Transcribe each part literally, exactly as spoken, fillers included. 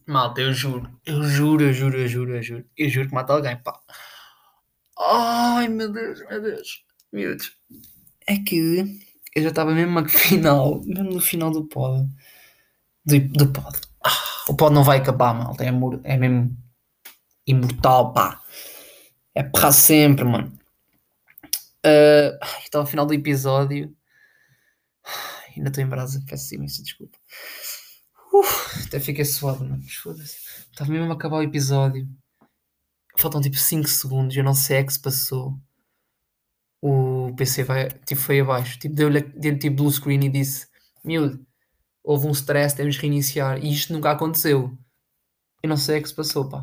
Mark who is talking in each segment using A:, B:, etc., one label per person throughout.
A: Malta, eu juro, eu juro, eu juro, eu juro, eu juro, eu juro que mata alguém, pá. Ai, meu Deus, meu Deus, miúdos. É que eu já estava mesmo no final, mesmo no final do pod, do, do pod. Ah, o pod não vai acabar, malta, é, mor- é mesmo imortal, pá. É para sempre, mano. Ah, ai, estava no final do episódio, ainda estou em brasa, peço imensa desculpa. Uf, até fiquei suado, mano, mas foda-se. Estava mesmo a acabar o episódio. Faltam tipo cinco segundos, eu não sei o que se passou. O P C vai, tipo, foi abaixo. Tipo, deu-lhe deu tipo blue screen e disse: Miúdo, houve um stress, temos de reiniciar. E isto nunca aconteceu. Eu não sei o que se passou, pá.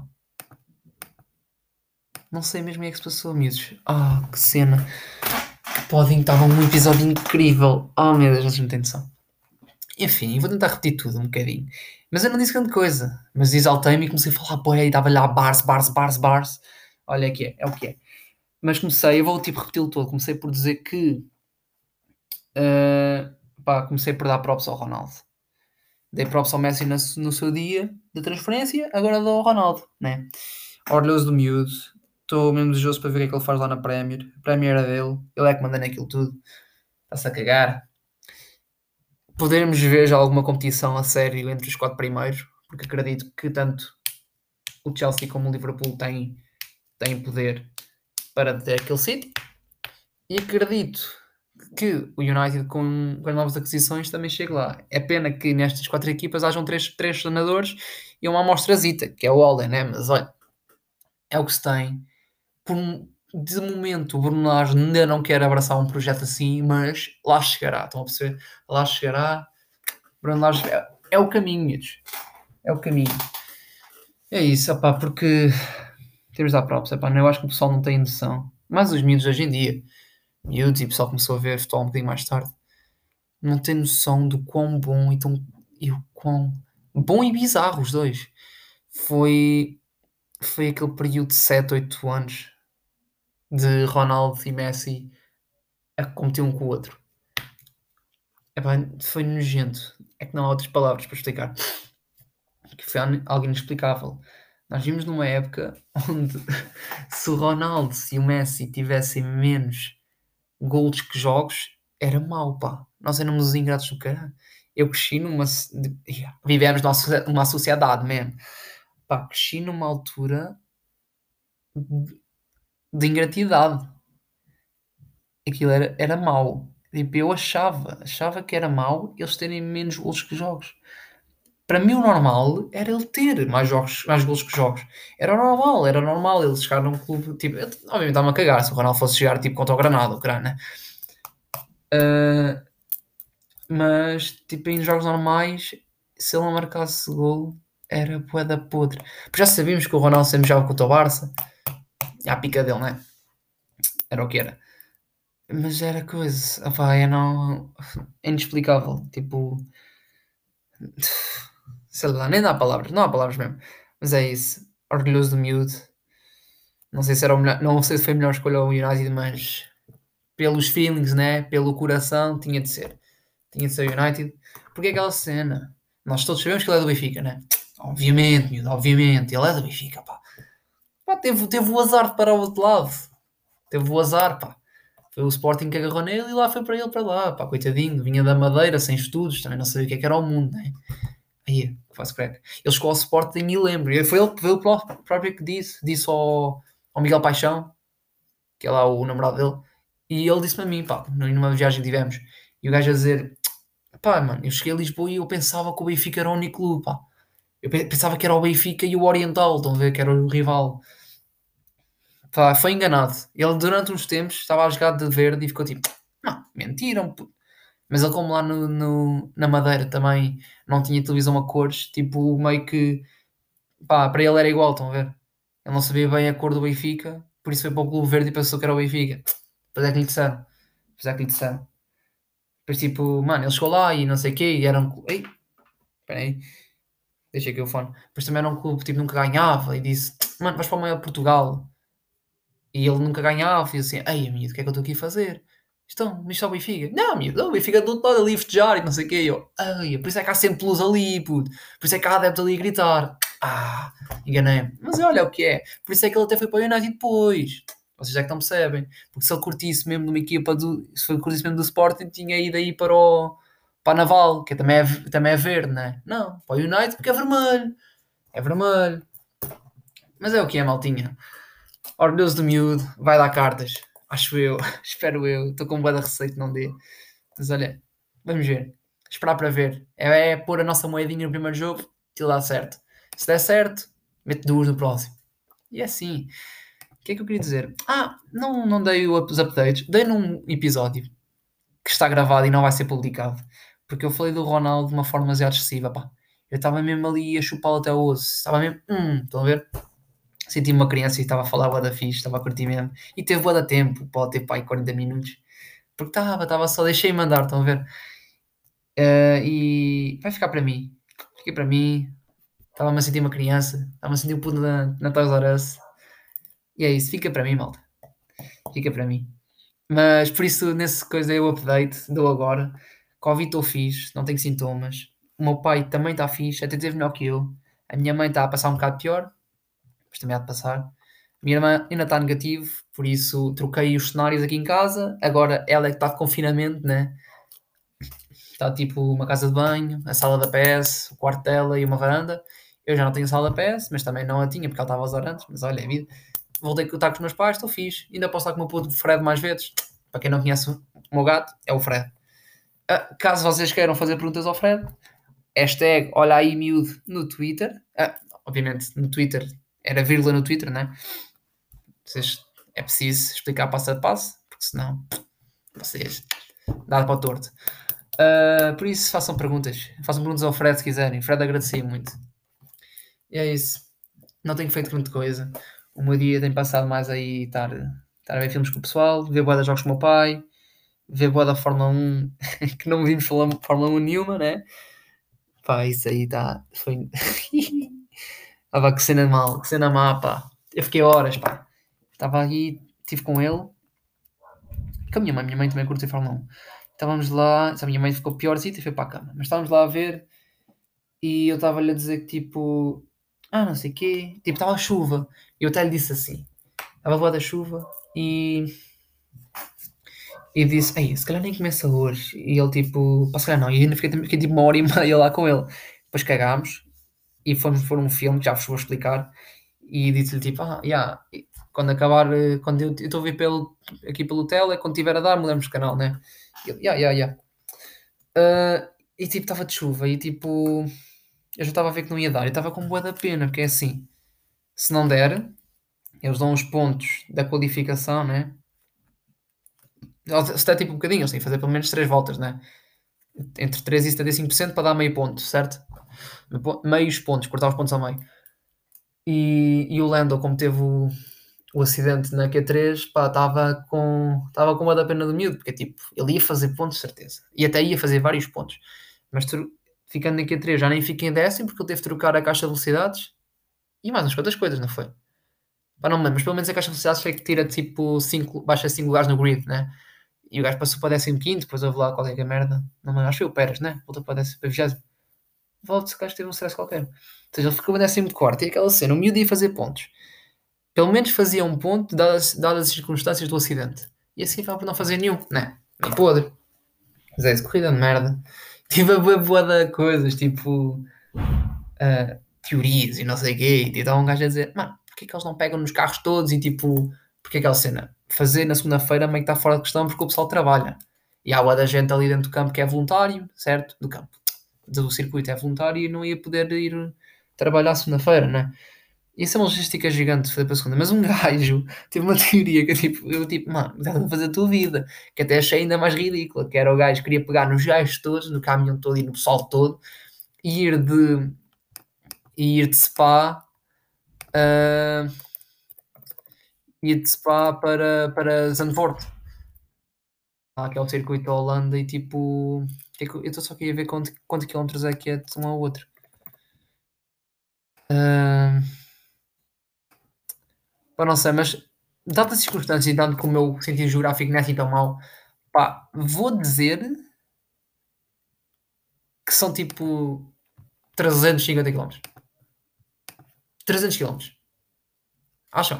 A: Não sei mesmo o que se passou, miúdos. Ah, que cena. Que podem, estava um episódio incrível. Oh, meu Deus, vocês não têm noção. Enfim, vou tentar repetir tudo um bocadinho. Mas eu não disse grande coisa. Mas exaltei-me e comecei a falar, pô, e dava-lhe lá bars, bars, bars, bars. Olha, é que é, é o que é. Mas comecei, eu vou tipo repeti-lo todo. Comecei por dizer que, ah, pá, comecei por dar props ao Ronaldo. Dei props ao Messi no, no seu dia de transferência, agora dou ao Ronaldo, né? Orgulhoso do miúdo, estou mesmo desejoso para ver o que é que ele faz lá na Premier. A Premier era dele, ele é que manda naquilo tudo, está-se a cagar. Podermos ver já alguma competição a sério entre os quatro primeiros, porque acredito que tanto o Chelsea como o Liverpool têm, têm poder para ter aquele sítio. E acredito que o United, com, com as novas aquisições, também chegue lá. É pena que nestas quatro equipas hajam três, três treinadores e uma amostrazita, que é o Ole, né? Mas olha, é o que se tem. Por, um- de momento, o Bruno Lage ainda não quer abraçar um projeto assim, mas lá chegará. Estão a perceber? Lá chegará. Bruno Lage é, é o caminho, miúdos. É o caminho. É isso, opá, porque temos de dar props, opá, eu acho que o pessoal não tem noção. Mas os miúdos hoje em dia, miúdos e o pessoal começou a ver futebol um bocadinho mais tarde, não tem noção do quão bom e, tão, e o quão bom e bizarro os dois foi, foi aquele período de sete oito anos de Ronaldo e Messi a competir um com o outro. Epá, foi nojento. É que não há outras palavras para explicar. Que foi algo inexplicável. Nós vimos numa época onde se o Ronaldo e o Messi tivessem menos golos que jogos, era mau, pá. Nós éramos os ingratos do caralho. Eu cresci numa. de- yeah, Vivemos numa, socie- numa sociedade, man. Pá, cresci numa altura de, de ingratidade. Aquilo era, era mau. Tipo, eu achava, achava que era mau eles terem menos golos que jogos. Para mim, o normal era ele ter mais jogos, mais golos que jogos. Era normal, era normal ele chegar num clube. Tipo, eu, obviamente estava-me a cagar se o Ronaldo fosse jogar tipo, contra o Granada, o caralho, né? Ah, mas tipo em jogos normais, se ele não marcasse gol, era bué da podre. Porque já sabíamos que o Ronaldo sempre jogava contra o Barça, e a pica dele, né? Era o que era. Mas era coisa, opá, é não. É inexplicável. Tipo, sei lá, nem dá palavras, não há palavras mesmo. Mas é isso. Orgulhoso do miúdo. Não sei se era o melhor, não sei se foi a melhor escolha ao United, mas pelos feelings, né? Pelo coração, tinha de ser. Tinha de ser o United. Porque é aquela cena. Nós todos sabemos que ele é do Benfica, né? Obviamente, miúdo, obviamente. Ele é do Benfica, pá. Pá, teve, teve o azar de parar ao outro lado. Teve o azar, pá. Foi o Sporting que agarrou nele e lá foi para ele para lá, pá. Coitadinho, vinha da Madeira, sem estudos, também não sabia o que é que era o mundo, né? Aí, que faz crack. Ele chegou ao Sporting e lembro. E foi ele, foi ele pró- próprio que disse. Disse ao, ao Miguel Paixão, que é lá o namorado dele. E ele disse-me a mim, pá, numa viagem que tivemos. E o gajo a dizer, pá, mano, eu cheguei a Lisboa e eu pensava que o Benfica era o único clube, pá. Eu pe- pensava que era o Benfica e o Oriental, estão a ver, que era o rival. Pá, foi enganado. Ele durante uns tempos estava a jogar de verde e ficou tipo, não, mentiram, puto. Mas ele como lá no, no- na Madeira também não tinha televisão a cores, tipo, meio que, pá, para ele era igual, estão a ver? Ele não sabia bem a cor do Benfica, por isso foi para o Clube Verde e pensou que era o Benfica. Depois é que lhe disseram. Depois é que lhe disseram. Depois tipo, mano, ele chegou lá e não sei o quê, e era um clube. Ei, espera aí, deixei aqui o fone. Depois também era um clube que tipo, nunca ganhava e disse, mano, vais para o maior Portugal. E ele nunca ganhava, e eu assim, ei, amigo, o que é que eu estou aqui a fazer? Estão, mas isto é o Benfica. Não, amigo, o Benfica do outro lado ali a festejar e não sei o quê. E eu, ai, por isso é que há sempre luz ali, puto. Por isso é que há adeptos ali a gritar. Ah, enganei-me. Mas olha o que é. Por isso é que ele até foi para o United depois. Vocês é que não percebem. Porque se ele curtisse mesmo de uma equipa do. Se ele curtisse mesmo do Sporting, tinha ido aí para o. Para a Naval, que também é, também é verde, não é? Não, para o United porque é vermelho. É vermelho. Mas é o que é, maltinha. Orgulhoso do miúdo, vai dar cartas. Acho eu. Espero eu. Estou com boa da receita, não dê. Mas olha, vamos ver. Esperar para ver. É, é pôr a nossa moedinha no primeiro jogo e dá certo. Se der certo, mete duas no próximo. E é assim. O que é que eu queria dizer? Ah, não, não dei os updates. Dei num episódio que está gravado e não vai ser publicado. Porque eu falei do Ronaldo de uma forma demasiado excessiva, pá. Eu estava mesmo ali a chupá-lo até o osso. Estava mesmo. Hum, estão a ver? Senti uma criança e estava a falar bué da fixe, estava a curtir mesmo. E teve bué da tempo, pode ter pai quarenta minutos. Porque estava, estava só, deixei mandar, estão a ver? Eh, e vai ficar para mim. Fiquei para mim. Estava-me a sentir uma criança. Estava-me a sentir o puto na, na Toys R Us. E é isso, fica para mim, malta. Fica para mim. Mas por isso, nesse coisa eu update, dou agora. Covid estou fixe, não tenho sintomas. O meu pai também está fixe, até teve melhor que eu. A minha mãe está a passar um bocado pior, mas também há de passar. A minha irmã ainda está negativo, por isso troquei os cenários aqui em casa. Agora ela é que está de confinamento, né? Está tipo uma casa de banho, a sala da P S, o quarto dela e uma varanda. Eu já não tenho sala da P S, mas também não a tinha porque ela estava a usar antes. Mas olha, é vida. Voltei a estar com os meus pais, estou fixe. Ainda posso estar com o meu puto Fred mais vezes. Para quem não conhece o meu gato, é o Fred. Ah, caso vocês queiram fazer perguntas ao Fred, hashtag olha aí miúdo no Twitter. Ah, obviamente no Twitter, era vírgula no Twitter, né? Vocês, é preciso explicar passo a passo, porque senão vocês dá para o torto. Uh, por isso façam perguntas. Façam perguntas ao Fred se quiserem. Fred agradecia muito. E é isso. Não tenho feito muita coisa. O meu dia tem passado mais aí estar, estar a ver filmes com o pessoal, ver boa de jogos com o meu pai, ver boa da Fórmula um, que não vimos Fórmula um nenhuma, né? Pá, isso aí está. Foi. Ah, pá, que cena mal, que cena má, pá. Eu fiquei horas, pá. Estava aí, estive com ele, com a minha mãe. Minha mãe também curte Fórmula um. Estávamos lá, a minha mãe ficou piorzinha e foi para a cama. Mas estávamos lá a ver e eu estava-lhe a dizer que tipo, ah, não sei o quê, tipo, estava a chuva. E eu até lhe disse assim, estava boa da chuva e, e disse, ei, se calhar nem começa hoje. E ele tipo, pá, se calhar não. E ainda fiquei, fiquei tipo uma hora e meia lá com ele. Depois cagámos e fomos por um filme, que já vos vou explicar. E disse-lhe tipo, ah, yeah, quando acabar, eh, quando eu estou a ver pelo, aqui pelo tele, quando tiver a dar, mudamos de canal, né? E ele, yeah, yeah, yeah. Ah, e tipo, estava de chuva e tipo, eu já estava a ver que não ia dar. E estava com bué da pena, porque é assim, se não der, eles dão os pontos da qualificação, né? Se der tipo um bocadinho, eles têm que fazer pelo menos três voltas, né? Entre três e setenta e cinco por cento para dar meio ponto, certo? Meios pontos, cortar os pontos ao meio. E, e o Lando, como teve o, o acidente na Q três, pá, estava com estava com uma da pena do miúdo, porque tipo, ele ia fazer pontos, certeza. E até ia fazer vários pontos. Mas tro- ficando na Q três já nem fica em décimo, porque ele teve de trocar a caixa de velocidades e mais umas quantas coisas, não foi? Pá, não me lembro, mas pelo menos a caixa de velocidades foi que tira tipo cinco baixa cinco lugares no grid, né? E o gajo passou para décimo quinto, depois houve lá qualquer merda. Não me lembro, acho que foi o Pérez, né? Voltou para décimo, para vigésimo. Volta, se o gajo teve um stress qualquer. Ou seja, ele ficou em décimo quarto e aquela cena, o miúdo ia fazer pontos. Pelo menos fazia um ponto, dadas, dadas as circunstâncias do acidente. E assim acaba por não fazer nenhum, né? Nem podre. Mas é isso, corrida de merda. Tive a boa boa de coisas, tipo, ah, teorias e não sei o quê. E estava um gajo a dizer, mano, porquê que eles não pegam nos carros todos e tipo, porque aquela cena? Fazer na segunda-feira meio que está fora de questão porque o pessoal trabalha. E há boa da gente ali dentro do campo que é voluntário, certo? Do campo. Do circuito é voluntário e não ia poder ir trabalhar segunda-feira, né? Isso é uma logística gigante de fazer para a segunda. Mas um gajo teve uma teoria que eu tipo, eu tipo, mano, estás a fazer a tua vida. Que até achei ainda mais ridícula. Que era o gajo que queria pegar nos gajos todos, no caminhão todo e no pessoal todo, e ir de, e ir de Spa, ah, ir de Spa para, para Zandvoort. Lá que é o circuito da Holanda e tipo. que é que eu eu estou só aqui a ver quanto, quantos quilómetros é que é de um ao outro. Ah, pá, não sei, mas dadas as circunstâncias e dado que o meu sentido geográfico não é assim tão mau, pá, vou dizer que são tipo trezentos e cinquenta quilómetros. trezentos quilómetros. Acham?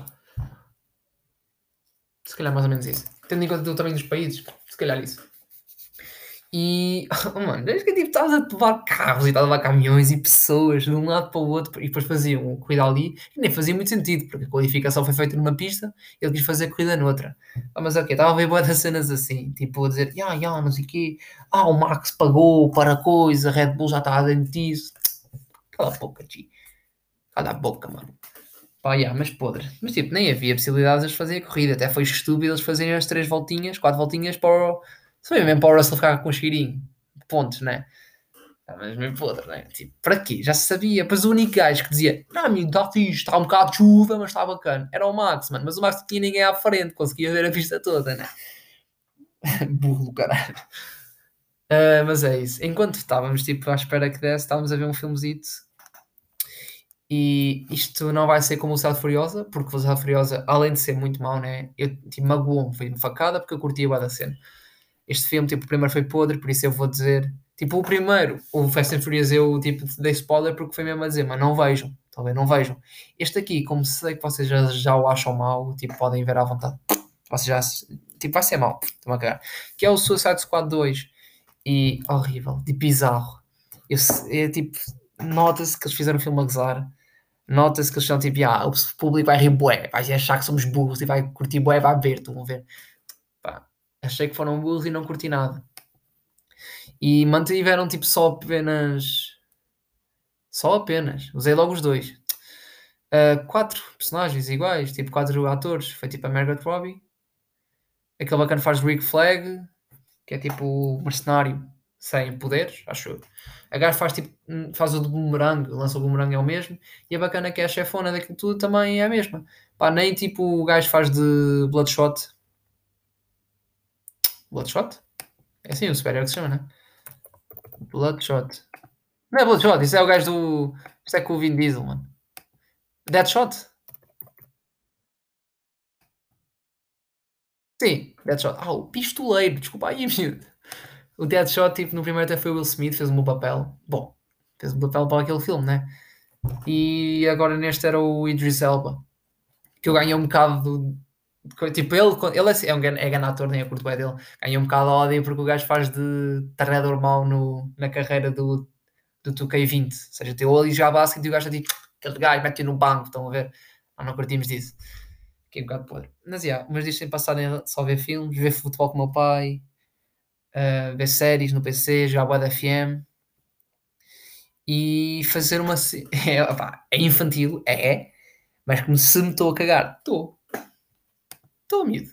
A: Se calhar mais ou menos isso. Tendo em conta o tamanho dos países, se calhar isso. E, oh, mano, acho que tipo, estavas a levar carros e estavas a levar caminhões e pessoas de um lado para o outro e depois faziam corrida ali e nem fazia muito sentido, porque a qualificação foi feita numa pista e ele quis fazer a corrida noutra. Ah, mas ok, estava a ver boas das cenas assim, tipo a dizer, ya, ya, não sei o quê, ah, o Max pagou para a coisa, a Red Bull já está dentro disso. Cala a boca, G. Cala a boca, mano. Pá, yeah, mas podre. Mas tipo, nem havia possibilidade de eles fazerem a corrida. Até foi estúpido eles fazerem as três voltinhas, quatro voltinhas para o. Se bem mesmo para o Russell ficar com um cheirinho de pontos, né? Ah, mas mesmo podre, né? Tipo, para quê? Já se sabia. Pois o único gajo que dizia: Não, amigo, está fixe, está um bocado de chuva, mas está bacana. Era o Max, mano. Mas o Max não tinha ninguém à frente, conseguia ver a pista toda, né? Burro do caralho. Ah, mas é isso. Enquanto estávamos tipo à espera que desse, estávamos a ver um filmezito. E isto não vai ser como o Velocidade Furiosa, porque o Velocidade Furiosa, além de ser muito mau, né? Eu, tipo, magoou-me, foi-me facada porque eu curtia bué da cena. Este filme, tipo, o primeiro foi podre, por isso eu vou dizer. Tipo, o primeiro, o Fast and Furious, eu, tipo, dei spoiler porque foi mesmo a dizer, mas não vejam, talvez não vejam. Este aqui, como sei que vocês já, já o acham mau, tipo, podem ver à vontade. Vocês já, tipo, vai ser mau, estou a cagar. Que é o Suicide Squad dois. E horrível, de bizarro. Eu, se- é, tipo, nota-se que eles fizeram o filme a gozar. Nota-se que eles estão tipo, ah, o público vai rir bué, vai achar que somos burros e vai curtir bué, vai ver, estão a ver. Pá, achei que foram burros e não curti nada. E mantiveram tipo só apenas. Só apenas. Usei logo os dois. Ah, quatro personagens iguais, tipo quatro atores. Foi tipo a Margot Robbie. Aquele bacana faz Rick Flag, que é tipo o mercenário sem poderes, acho eu. A gajo faz tipo, hum, faz o de boomerang, lança o boomerang é o mesmo. E a bacana que é a chefona daquilo tudo também é a mesma. Pá, nem tipo o gajo faz de Bloodshot. Bloodshot? É assim o superior que se chama, né? Bloodshot. Não é Bloodshot, isso é o gajo do. Isso é com o Vin Diesel, mano. Deadshot? Sim, Deadshot. Ah, o pistoleiro, desculpa aí, miúdo. O Deadshot, tipo, no primeiro até foi o Will Smith, fez um bom papel. Bom, fez um papel para aquele filme, né? E agora neste era o Idris Elba, que eu ganhei um bocado do. Tipo, ele, ele é, é um grande, é grande ator, nem a curto bem dele. Ganhei um bocado de ódio porque o gajo faz de treinador mau no, na carreira do, do dois K vinte. Ou seja, teu ali já básico e o gajo tipo, aquele gajo mete no banco, estão a ver? Nós não curtimos disso. Fiquei um bocado podre. Mas, yeah, mas diz sem passar em só ver filmes, ver futebol com o meu pai, uh, ver séries no P C, jogar bué de F M e fazer uma. ce- É, opá, é infantil, é, mas como se me estou a cagar, estou, estou, amigo.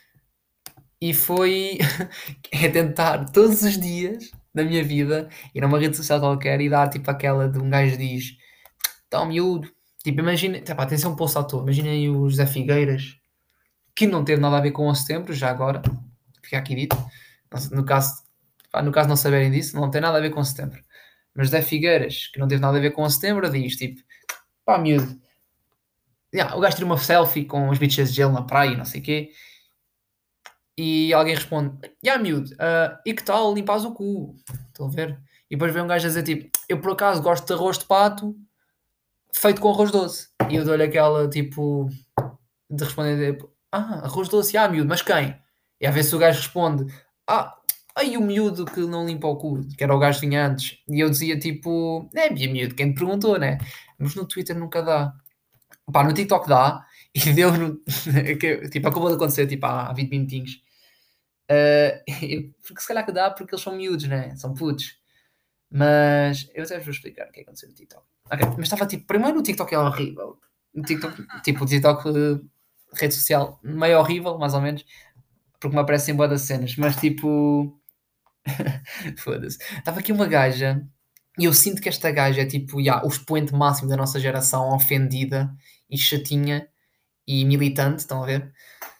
A: E foi é tentar todos os dias da minha vida ir a uma rede social qualquer e dar tipo aquela de um gajo diz, tá miúdo. Tipo, imagina, tá, pá, atenção para o autor, imagina aí o José Figueiras, que não teve nada a ver com o onze de setembro, já agora, fica aqui dito. No caso, pá, no caso não saberem disso, não tem nada a ver com setembro. Mas José Figueiras, que não teve nada a ver com onze de setembro, diz tipo, pá, miúdo, yeah, o gajo tira uma selfie com os bichos de gelo na praia e não sei o quê. E alguém responde: Ya, miúdo, ah, e que tal limpas o cu? Estão a ver? E depois vem um gajo a dizer: tipo, eu por acaso gosto de arroz de pato feito com arroz doce. E eu dou-lhe aquela tipo de responder: tipo, Ah, arroz doce, ah, miúdo, mas quem? E a ver se o gajo responde: Ah, aí o miúdo que não limpa o cu, que era o gajo que vinha antes. E eu dizia: tipo, é, minha miúdo, quem te perguntou, né? Mas no Twitter nunca dá. Pá, no TikTok dá. E deu no. que, tipo, acabou de acontecer tipo, há vinte minutinhos. Uh, porque se calhar que dá porque eles são miúdos, né? São putos. Mas eu até vos vou explicar o que é que aconteceu no TikTok. Ok, mas estava tipo, primeiro o TikTok é horrível. O TikTok, tipo, o TikTok, uh, rede social, meio horrível, mais ou menos, porque me aparecem boas das cenas, mas tipo, foda-se. Estava aqui uma gaja e eu sinto que esta gaja é tipo, yeah, o expoente máximo da nossa geração, ofendida e chatinha e militante, estão a ver?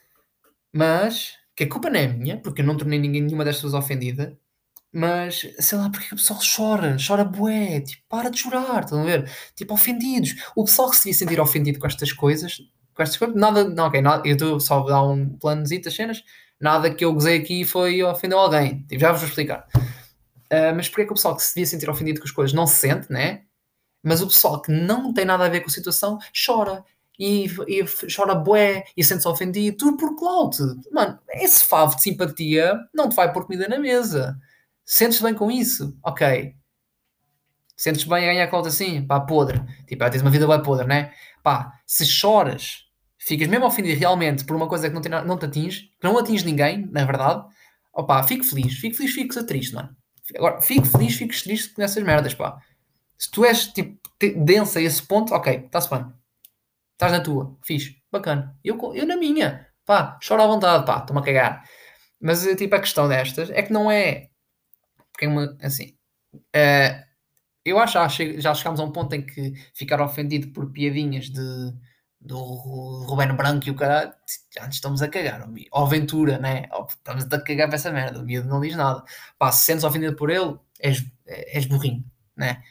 A: Mas que a culpa não é minha, porque eu não tornei ninguém, nenhuma das pessoas ofendida. Mas, sei lá, porque o pessoal chora, chora bué, tipo, para de chorar, estão a ver? Tipo, ofendidos. O pessoal que se devia sentir ofendido com estas coisas, com estas coisas, nada, não, ok, nada, eu estou só a dar um planozinho das cenas, nada que eu gozei aqui foi ofender alguém, tipo, já vos vou explicar. Ah, mas porque é que o pessoal que se devia sentir ofendido com as coisas não se sente, né? Mas o pessoal que não tem nada a ver com a situação chora. E, e chora bué e sente-se ofendido, tudo por clout. Mano, esse favo de simpatia não te vai pôr comida na mesa. Sentes bem com isso? Ok. Sentes bem a ganhar clout assim? Pá, podre. Tipo, ah, tens uma vida bem podre, né? Pá, se choras, ficas mesmo ofendido realmente por uma coisa que não, tem, na- não te atinge, que não atinge ninguém, na verdade, opá, fico feliz. Fico feliz, fico triste, mano. Agora, fico feliz, fico triste com essas merdas, pá. Se tu és, tipo, te- densa a esse ponto, ok, está-se bem. Estás na tua, fixe, bacana. Eu, co- eu na minha, pá, choro à vontade, pá, estou-me a cagar. Mas, eh, tipo, a questão destas é que não é, porque é uma, assim, eh, eu acho que já che- já chegámos a um ponto em que ficar ofendido por piadinhas de, do Ru- Ruben Branco e o caralho, já nos estamos a cagar, o mi- ou Ventura, né? Ou estamos a cagar para essa merda, o miúdo não diz nada. Pá, se sentes ofendido por ele, és, és burrinho, né?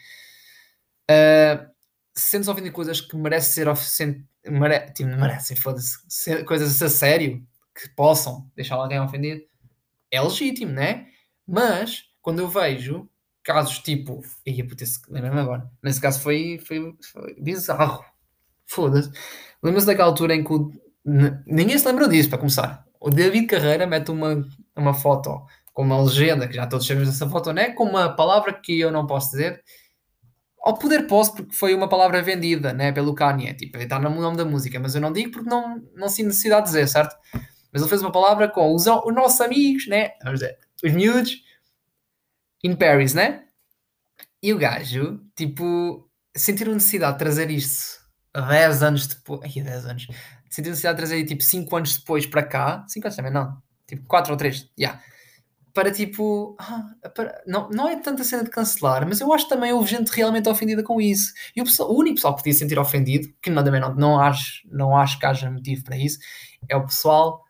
A: Uh, se sentes ofendido de coisas que merecem ser ofendidas, mere, tipo, merecem, foda-se, ser- coisas a sério que possam deixar alguém ofendido, é legítimo, né? Mas quando eu vejo casos tipo, ia puta, esse- lembra-me agora, mas esse caso foi, foi, foi bizarro, foda-se. Lembra-se daquela altura em que o- n- ninguém se lembrou disso, para começar. O David Carreira mete uma, uma foto com uma legenda, que já todos sabemos dessa foto, né? Com uma palavra que eu não posso dizer ao poder posso, porque foi uma palavra vendida, né, pelo Kanye. Tipo, está no nome da música, mas eu não digo porque não, não sinto necessidade de dizer, certo? Mas ele fez uma palavra com os, os nossos amigos, né? Vamos dizer, os miúdos, in Paris, né? E o gajo, tipo, sentiram necessidade de trazer isto dez anos depois. Ai, dez anos. Sentiram necessidade de trazer, tipo, cinco anos depois para cá. cinco anos também, não. Tipo, quatro ou três, já para tipo. Ah, para- não, não é tanta cena de cancelar, mas eu acho que também houve gente realmente ofendida com isso. E o, pessoal- o único pessoal que podia se sentir ofendido, que não, também não, não, acho, não acho que haja motivo para isso, é o pessoal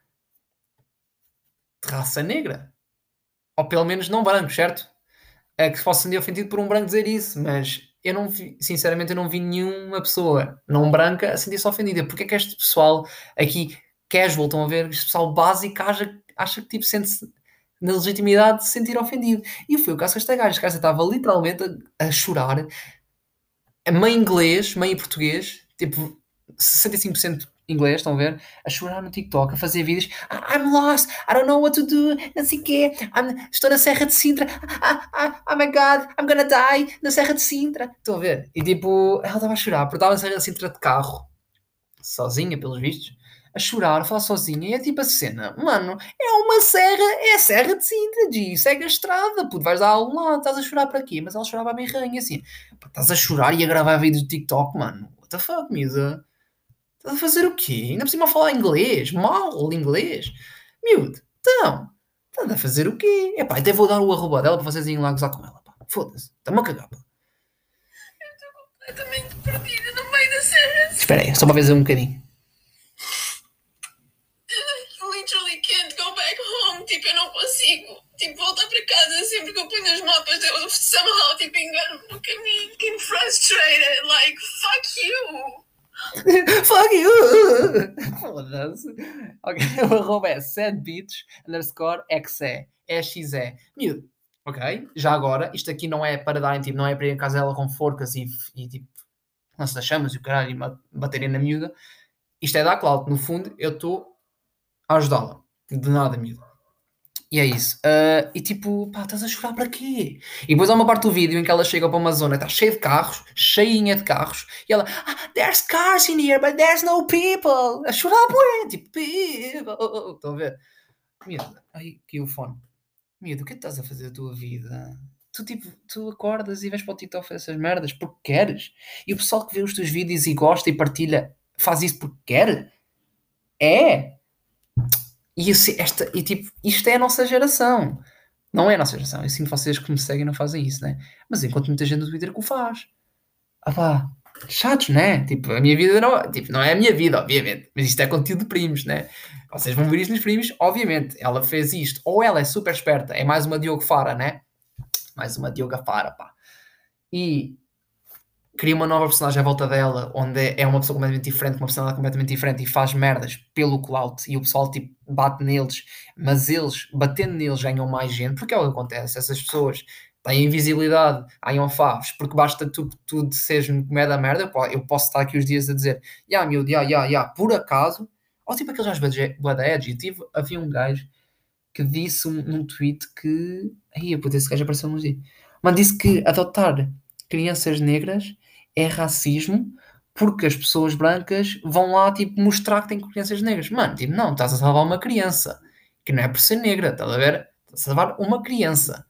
A: de raça negra. Ou pelo menos não branco, certo? É que se possa sentir ofendido por um branco dizer isso, mas eu não vi, sinceramente, eu não vi nenhuma pessoa não branca a sentir-se ofendida. Porque é que este pessoal aqui, casual, estão a ver, este pessoal básico acha, acha que tipo sente-se na legitimidade de se sentir ofendido. E foi o caso com esta gaja. Esta gaja estava literalmente a, a chorar, a mãe inglês, mãe em português, tipo sessenta e cinco por cento inglês, estão a ver? A chorar no TikTok, a fazer vídeos. "I- I'm lost, I don't know what to do, não sei o quê. I'm- estou na Serra de Sintra. Ah, ah, oh my God, I'm gonna die na Serra de Sintra." Estão a ver? E tipo, ela estava a chorar, porque estava na Serra de Sintra de carro, sozinha, pelos vistos, a chorar, a falar sozinha. E é tipo a cena, mano, é uma serra, é a Serra de Sintra, G, segue a estrada, puto, vais dar a algum lado, estás a chorar para quê? Mas ela chorava bem ranha, assim, pá, estás a chorar e a gravar vídeos do TikTok, mano, what the fuck, miúda? Estás a fazer o quê? Ainda por cima a falar inglês, mal inglês, miúdo, então, estás a fazer o quê? É pá, até vou dar o arroba dela para vocês irem lá gozar com ela, pá, foda-se, está-me a cagar, pá.
B: Completamente perdida no meio da serra.
A: Espera aí, só para ver um bocadinho.
B: I literally can't go back home. Tipo, eu não consigo. Tipo, voltar para casa sempre que eu ponho os mapas. Eu somehow, tipo, engano no caminho. Getting frustrated. Like, fuck you.
A: Fuck you! Foda-se. Ok, o arroba é sadbeats underscore xe. É xe. Miúdo, ok? Já agora, isto aqui não é para darem, tipo, não é para ir a casa dela com forcas e, e tipo, lança chamas e o caralho e ma- baterem na miúda. Isto é da cloud. No fundo, eu estou a ajudá-la. De nada, miúdo. E é isso. Ah, e tipo, pá, estás a chorar para quê? E depois há uma parte do vídeo em que ela chega para uma zona que está cheia de carros, cheinha de carros, e ela, ah, there's cars in here, but there's no people. A chorar, bué, tipo, people. Estão a ver? Miúdo, ai, aqui o fone. Miúdo, o que é que estás a fazer da tua vida? Tu, tipo, tu acordas e vais para o TikTok fazer essas merdas porque queres. E o pessoal que vê os teus vídeos e gosta e partilha, faz isso porque quer? É. E, esse- esta, e tipo, isto é a nossa geração. Não é a nossa geração. Eu sinto vocês que me seguem não fazem isso, né? Mas enquanto muita gente no Twitter que o faz. Ah pá, chatos, né? Tipo, a minha vida não, tipo, não é a minha vida, obviamente. Mas isto é conteúdo de primos, né? Vocês vão ver isto nos primos, obviamente. Ela fez isto. Ou ela é super esperta, é mais uma Diogo Fara, né? Mais uma Diogo Fara, pá. E cria uma nova personagem à volta dela, onde é uma pessoa completamente diferente, uma personalidade completamente diferente e faz merdas pelo clout e o pessoal tipo bate neles, mas eles, batendo neles, ganham mais gente, porque é o que acontece, essas pessoas tem invisibilidade, há onfaves, porque basta tu, tu seres um comédia da merda, eu po- eu posso estar aqui os dias a dizer, ya, miúdo, ya, ya, ya, por acaso, ou tipo aqueles gajos bué da edgy, tive, havia um gajo que disse um- num tweet que, aí, puta, esse gajo apareceu nos dias, mas disse que adotar crianças negras é racismo, porque as pessoas brancas vão lá, tipo, mostrar que têm crianças negras. Mano, tipo, não, estás a salvar uma criança, que não é por ser negra, estás a ver? Estás a salvar uma criança,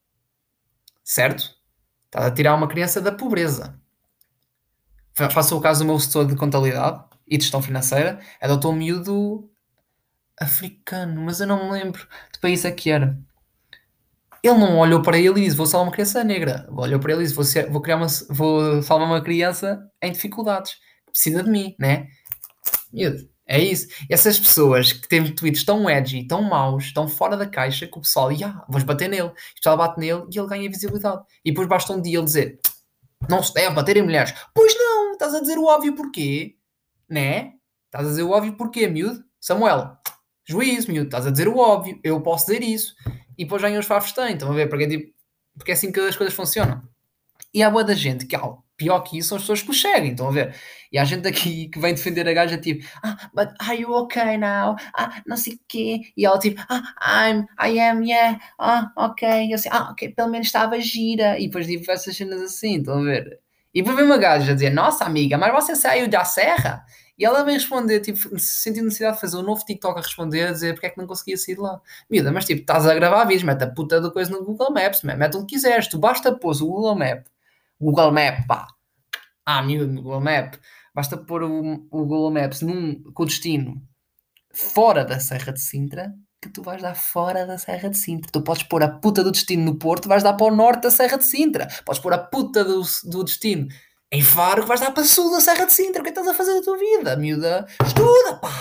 A: certo? Estás a tirar uma criança da pobreza. Fa- Faça o caso do meu setor de contabilidade e de gestão financeira, adotou um miúdo africano, mas eu não me lembro de país é que era. Ele não olhou para ele e disse: Vou salvar uma criança negra. Olhou para ele e disse: Vou, ser- vou criar uma, vou salvar uma criança em dificuldades, que precisa de mim, né? Miúdo, é isso. E essas pessoas que têm tweets tão edgy, tão maus, tão fora da caixa, que o pessoal, ah, vamos bater nele. O pessoal bate nele e ele ganha visibilidade. E depois basta um dia ele dizer: Não se deve bater em mulheres. Pois não, estás a dizer o óbvio porquê, né? Estás a dizer o óbvio porquê, miúdo? Samuel, juízo, miúdo, estás a dizer o óbvio, eu posso dizer isso. E depois vêm os fafos têm, estão a ver? Porque, é tipo, porque é assim que as coisas funcionam. E há boa da gente que, ah, pior que isso, são as pessoas que o seguem, estão a ver? E há gente aqui que vem defender a gaja, tipo, ah, but are you okay now? Ah, não sei o quê. E ela, tipo, ah, I'm, I am, yeah, ah, ok. E eu assim, ah, ok, pelo menos estava gira. E depois digo diversas cenas assim, estão a ver? E depois vem uma gaja a dizer, nossa amiga, mas você saiu da serra? E ela vem responder, tipo, sentindo necessidade de fazer um novo TikTok a responder, a dizer porque é que não conseguia sair de lá. Miúda, mas tipo, estás a gravar vídeos, mete a puta da coisa no Google Maps, man. Mete onde quiseres, tu basta pôr o Google Map, Google Map, pá, ah, miúdo, Google Map, basta pôr o, o Google Maps num, com o destino fora da Serra de Sintra, que tu vais dar fora da Serra de Sintra. Tu podes pôr a puta do destino no Porto, vais dar para o norte da Serra de Sintra. Podes pôr a puta do, do destino em Faro, que vais dar para o sul da Serra de Sintra. O que é que estás a fazer da tua vida, miúda? Estuda, pá!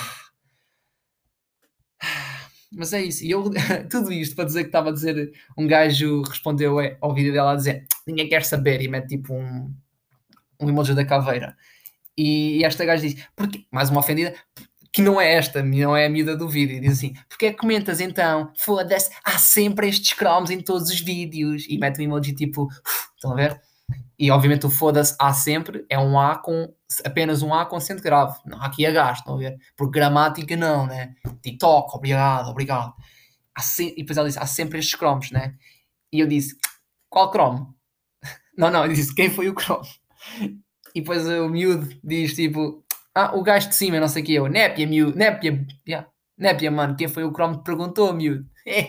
A: Mas é isso. E eu, tudo isto para dizer que estava a dizer, um gajo respondeu ao vídeo dela a dizer ninguém quer saber e mete tipo um, um emoji da caveira. E esta gaja diz, porque, mais uma ofendida, que não é esta, não é a miúda do vídeo, e diz assim, porque é que comentas então? Foda-se, há sempre estes cromos em todos os vídeos. E mete um emoji tipo, "Uf", estão a ver? E obviamente o foda-se há sempre é um A com apenas um A com acento grave. Não há aqui H, estão a ver? Porque gramática não, né? TikTok, obrigado, obrigado. Há se- E depois ela disse, há sempre estes cromos, né? E eu disse, qual cromo? Não, não, eu disse, quem foi o cromo? E depois o miúdo diz tipo, ah, o gajo de cima, não sei o que eu, Népia, miúdo, Népia, yeah. Népia, mano, quem foi o cromo que perguntou, miúdo? É,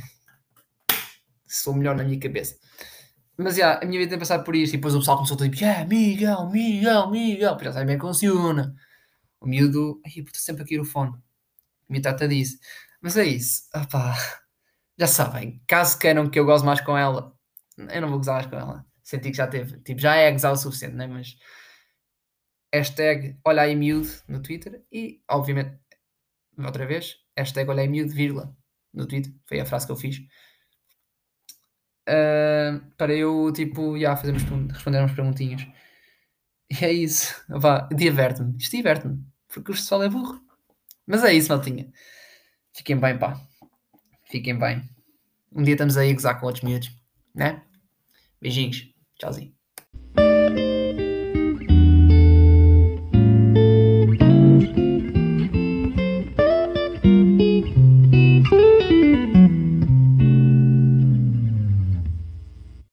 A: sou melhor na minha cabeça. Mas já, a minha vida tem passado por isto. E depois o pessoal começou a tipo, yeah, Miguel, Miguel, Miguel. Porque já sabe bem que funciona. O miúdo, ai, eu estou sempre a cair o fone. A minha tata disse. Mas é isso. Opá, já sabem, caso queiram que eu goze mais com ela, eu não vou gozar mais com ela. Senti que já teve, tipo, já é gozar o suficiente, né? Mas hashtag olha aí miúdo no Twitter e, obviamente, outra vez, hashtag olha aí miúdo, vírgula, no Twitter. Foi a frase que eu fiz. Ah, para eu, tipo, já fazermos, responder umas perguntinhas. E é isso. Vá, diverte-me. Isto diverte-me. Porque o pessoal é burro. Mas é isso, maltinha. Fiquem bem, pá. Fiquem bem. Um dia estamos aí a gozar com outros miúdos. Né? Beijinhos. Tchauzinho.